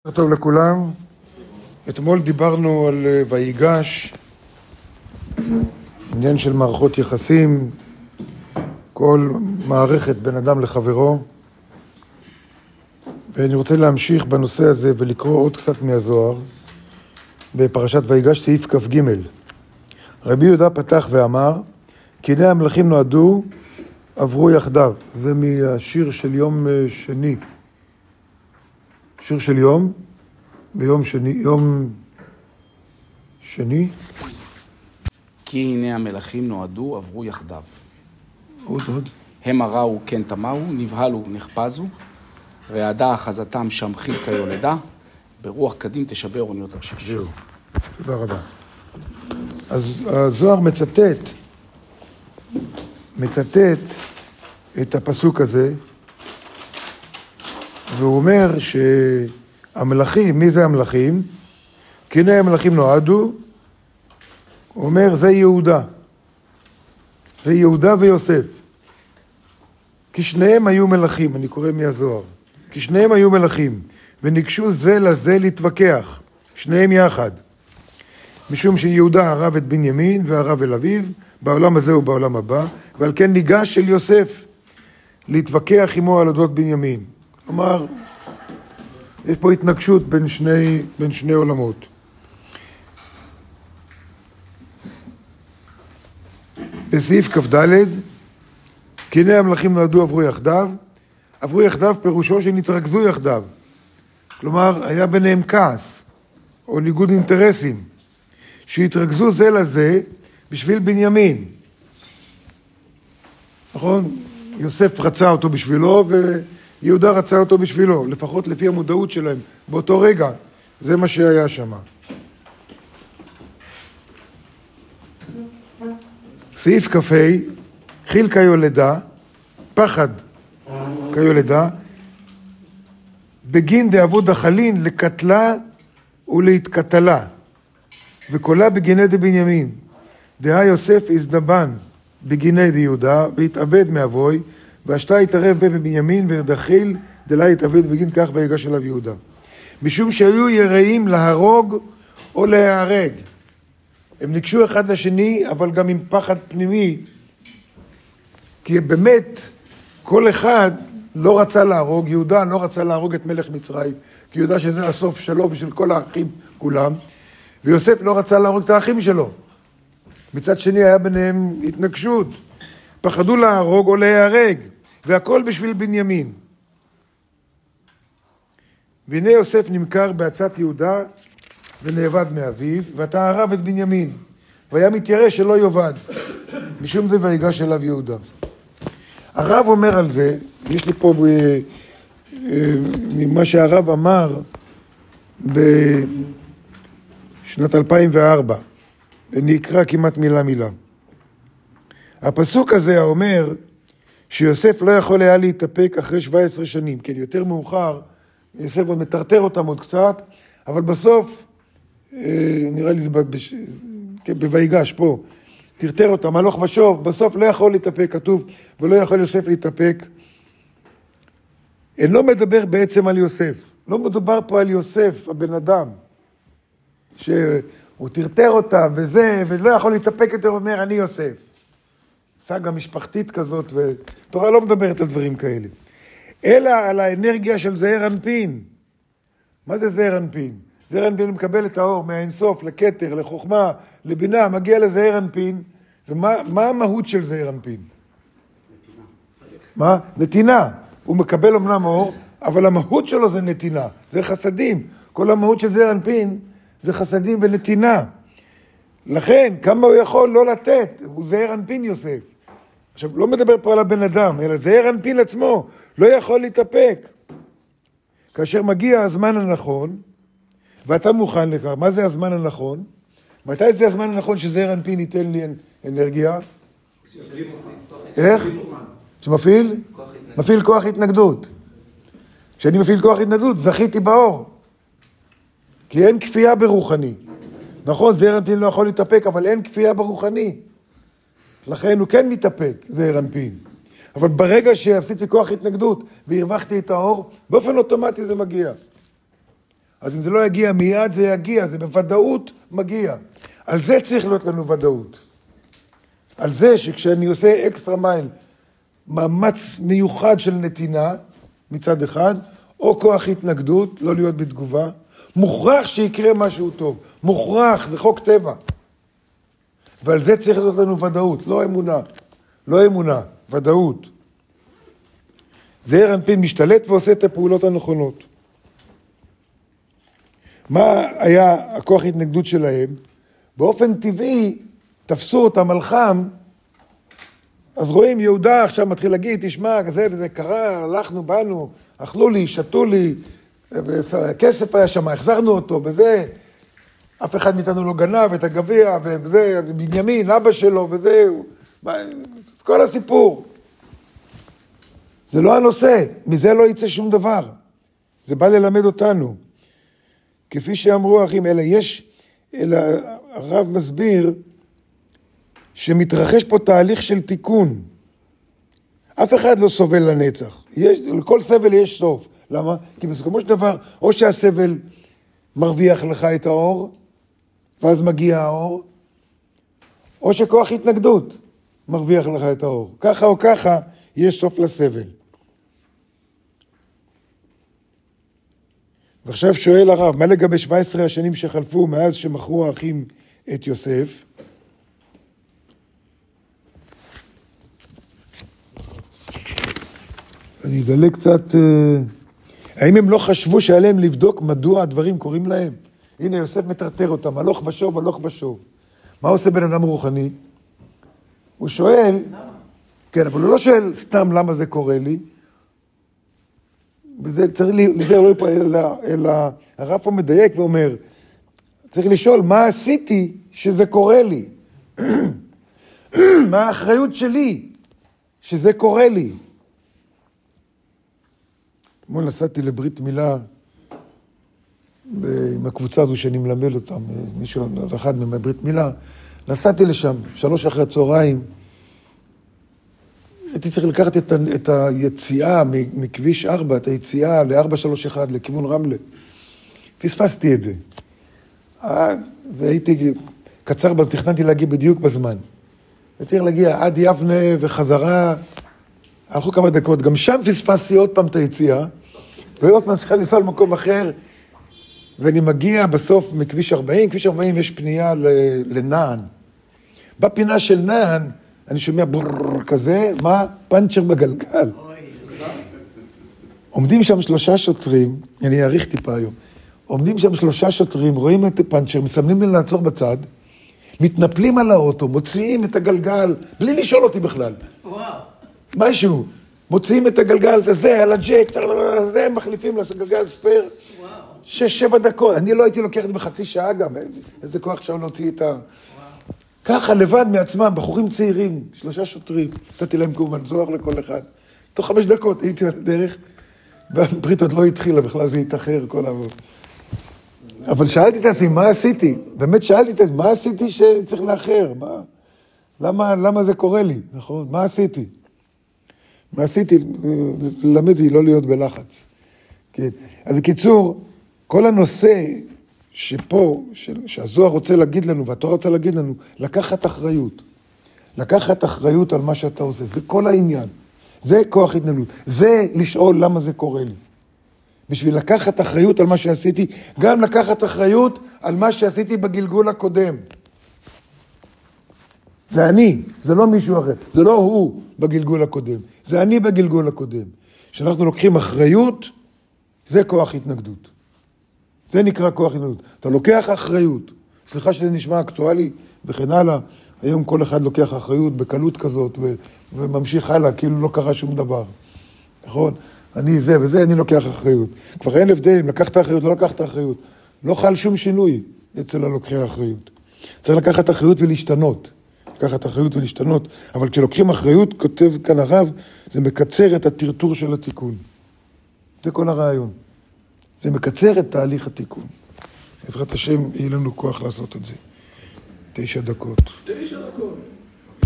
טוב לכולם. אתמול דיברנו על ויגש, עניין של מערכות יחסים, כל מערכת בין אדם לחברו, ואני רוצה להמשיך בנושא הזה ולקרוא עוד קצת מהזוהר בפרשת ויגש סעיף כ"ג. רבי יהודה פתח ואמר, כי הנה המלכים נועדו עברו יחדיו. זה מהשיר של יום שני, שיר של ביום שני. כי הנה המלכים נועדו, עברו יחדיו. עוד. הם הראו כן תמהו, נבהלו נחפזו, רעדה אחזתם שם חיל כיולדה, ברוח קדים תשבר אוניות תרשיש. זהו, תודה רבה. אז הזוהר מצטט את הפסוק הזה, והוא אומר שהמלכים, מי זה המלכים? כי הנה המלכים נועדו, הוא אומר זה יהודה. זה יהודה ויוסף. כי שניהם היו מלכים, אני קורא מהזוהר. כי שניהם היו מלכים, וניגשו זה לזה להתווכח, שניהם יחד. משום שיהודה הרב את בנימין והרב אל אביו, בעולם הזה ובעולם הבא, ועל כן ניגש של יוסף להתווכח עמו על אודות בנימין. כלומר, יש פה התנגשות בין שני עולמות. בסעיף כ"ד, כי הנה המלכים נועדו עברו יחדיו. עברו יחדיו פירושו שנתרכזו יחדיו. כלומר, היה ביניהם כעס, או ניגוד אינטרסים, שהתרכזו זה לזה בשביל בנימין. נכון? יוסף רצה אותו בשבילו, ויהודה רצה אותו בשבילו, לפחות לפי המודעות שלהם. באותו רגע, זה מה שהיה שם. סעיף כ"ה, חיל כיולדה, פחד כיולדה, בגין דאבוד החלין לקטלה ולהתקטלה, וקולה בגיני דבנימין, דהה יוסף הזדבן בגיני דיהודה, והתאבד מאבוי, והשתה התערב בבנימין, ודחיל דלה התאבד בגין כך ויגש אליו יהודה. משום שהיו יראים להרוג או להיהרג. הם ניגשו אחד לשני, אבל גם עם פחד פנימי, כי באמת כל אחד לא רצה להרוג, יהודה לא רצה להרוג את מלך מצרים, כי יהודה שזה הסוף שלו ושל כל האחים כולם, ויוסף לא רצה להרוג את האחים שלו. מצד שני היה ביניהם התנגשות, פחדו להרוג או להיהרג, והכל בשביל בנימין. והנה יוסף נמכר בעצת יהודה ונאבד מאביו, ואתה הרב את בנימין, והיה מתיירא שלא יאבד, משום זה ויגש אליו יהודה. הרב אומר על זה, יש לי פה ממה שהרב אמר בשנת 2004, אני אקרא כמעט מילה. הפסוק הזה אומר שיוסף לא יכול היה להתאפק אחרי 17 שנים, כן, יותר מאוחר, יוסף עוד מטרטר אותם עוד קצת, אבל בסוף, נראה לי זה בויגש פה, תרטר אותם, הלוך ושוב, בסוף לא יכול להתאפק, כתוב, ולא יכול יוסף להתאפק. אינו מדבר בעצם על יוסף, לא מדובר פה על יוסף, הבן אדם, שהוא תרטר אותם וזה, ולא יכול להתאפק יותר, אומר, אני יוסף. סגה משפחתית כזאת, ותורה לא מדברת על דברים כאלה. אלא על האנרגיה של זעיר אנפין. מה זה זעיר אנפין? זעיר אנפין מקבל את האור מהאינסוף, לכתר, לחוכמה, לבינה, מגיע לזעיר אנפין, ומה המהות של זעיר אנפין? נתינה. מה? נתינה. הוא מקבל אמנם אור, אבל המהות שלו זה נתינה, זה חסדים. כל המהות של זעיר אנפין זה חסדים ונתינה. לכן, כמה הוא יכול לא לתת, הוא זעיר אנפין יוסף. עכשיו, לא מדבר פה על הבן אדם, אלא זעיר אנפין עצמו, לא יכול להתאפק. כאשר מגיע הזמן הנכון, ואתה מוכן לכך, מה זה הזמן הנכון? מתי זה הזמן הנכון שזעיר אנפין ייתן לי אנרגיה? איך? שמפעיל? מפעיל כוח התנגדות. כשאני מפעיל כוח התנגדות, זכיתי באור. כי אין כפייה ברוחני. נכון, זעיר אנפין לא יכול להתאפק, אבל אין כפייה ברוחני. לכן הוא כן מתאפק, זעיר אנפין. אבל ברגע שעשיתי כוח התנגדות והרווחתי את האור, באופן אוטומטי זה מגיע. אז אם זה לא יגיע מיד, זה יגיע, זה בוודאות מגיע. על זה צריך להיות לנו ודאות. על זה שכשאני עושה אקסטרה מייל, מאמץ מיוחד של נתינה, מצד אחד, או כוח התנגדות, לא להיות בתגובה, מוכרח שיקרה משהו טוב. מוכרח, זה חוק טבע. ועל זה צריך להיות לנו ודאות, לא אמונה. לא אמונה, ודאות. זעיר אנפין משתלט ועושה את הפעולות הנכונות. מה היה הכוח התנגדות שלהם? באופן טבעי, תפסו אותם על חם, אז רואים יהודה עכשיו מתחיל להגיד, תשמע, זה וזה קרה, הלכנו, באנו, אכלו לי, שתו לי, כסף היה שם, החזרנו אותו, וזה, אף אחד מאיתנו לא גנב את הגביע, וזה, בנימין, אבא שלו, וזה, כל הסיפור. זה לא הנושא, מזה לא יצא שום דבר. זה בא ללמד אותנו. כפי שאמרו האחים, אלא הרב מסביר שמתרחש פה תהליך של תיקון. אף אחד לא סובל לנצח. לכל סבל יש סוף. למה? כי בסופו של דבר, או שהסבל מרוויח לך את האור, ואז מגיע האור, או שכוח התנגדות מרוויח לך את האור. ככה או ככה, יש סוף לסבל. ועכשיו שואל הרב, מה לגבי 17 השנים שחלפו מאז שמכרו האחים את יוסף? אני אדלג קצת, האם הם לא חשבו שעליהם לבדוק מדוע הדברים קורים להם? הנה יוסף מטרטר אותם, הלוך ושוב, הלוך ושוב. מה עושה בן אדם רוחני? הוא שואל, כן, אבל הוא לא שואל סתם למה זה קורה לי, וזה צריך לזה לא פה, אלא הרב פה מדייק ואומר, צריך לשאול מה עשיתי שזה קורה לי? מה האחריות שלי שזה קורה לי? אתמול נסעתי לברית מילה עם הקבוצה הזו שאני מלמד אותם, מישהו אחד מברית מילה, נסעתי לשם, 3 אחרי הצהריים, הייתי צריך לקחת את היציאה מכביש 4, את היציאה ל-431 לכיוון רמלה. פספסתי את זה. והייתי קצר, תכננתי להגיע בדיוק בזמן. הייתי להגיע עד יבנה וחזרה, הלכו כמה דקות, גם שם פספסתי עוד פעם את היציאה, ועוד פעם צריכה לנסוע למקום אחר, ואני מגיע בסוף מכביש 40, כביש 40 יש פנייה לנען. בפינה של נען, אני שומע ברררר כזה, מה? פנצ'ר בגלגל. עומדים שם 3 שוטרים, אני אעריך טיפה היום, עומדים שם 3 שוטרים, רואים את הפנצ'ר, מסמנים לי לעצור בצד, מתנפלים על האוטו, מוציאים את הגלגל, בלי לשאול אותי בכלל. משהו, מוציאים את הגלגל, את זה, על הג'ק, זה, מחליפים לגלגל ספר. 6-7 דקות, אני לא הייתי לוקח את זה בחצי שעה גם, איזה כוח עכשיו להוציא את ה... ככה לבד מעצמם, בחורים צעירים, 3 שוטרים, נתתי להם כמובן זוהר לכל אחד. תוך 5 דקות הייתי על הדרך, והברית עוד לא התחילה, בכלל זה התאחר כל העבוד. אבל שאלתי את עצמי, מה עשיתי? באמת שאלתי את עצמי, מה עשיתי שצריך לאחר? למה זה קורה לי? נכון? מה עשיתי? מה עשיתי? למדתי לא להיות בלחץ. כן. אז בקיצור, כל הנושא שפה, שהזוהר רוצה להגיד לנו, והתורה רוצה להגיד לנו, לקחת אחריות. לקחת אחריות על מה שאתה עושה. זה כל העניין. זה כוח התנהלות. זה לשאול למה זה קורה לי. בשביל לקחת אחריות על מה שעשיתי, גם לקחת אחריות על מה שעשיתי בגלגול הקודם. זה אני, זה לא מישהו אחר. זה לא הוא בגלגול הקודם. זה אני בגלגול הקודם. כשאנחנו לוקחים אחריות, זה כוח התנגדות. זה נקרא כוח התנגדות. אתה לוקח אחריות. סליחה שזה נשמע אקטואלי וכן הלאה. היום כל אחד לוקח אחריות בקלות כזאת וממשיך הלאה, כאילו לא קרה שום דבר. נכון? אני זה וזה, אני לוקח אחריות. כבר אין הבדל אם לקחת אחריות, לא לקחת אחריות. לא חל שום שינוי אצל הלוקחי האחריות. צריך לקחת אחריות ולהשתנות. לקחת אחריות ולהשתנות. אבל כשלוקחים אחריות, כותב כאן הרב, זה מקצר את הטרטור של התיקון. זה כל הרעיון. זה מקצר את תהליך התיקון. בעזרת השם, יהיה לנו כוח לעשות את זה. 9 דקות. 9 דקות.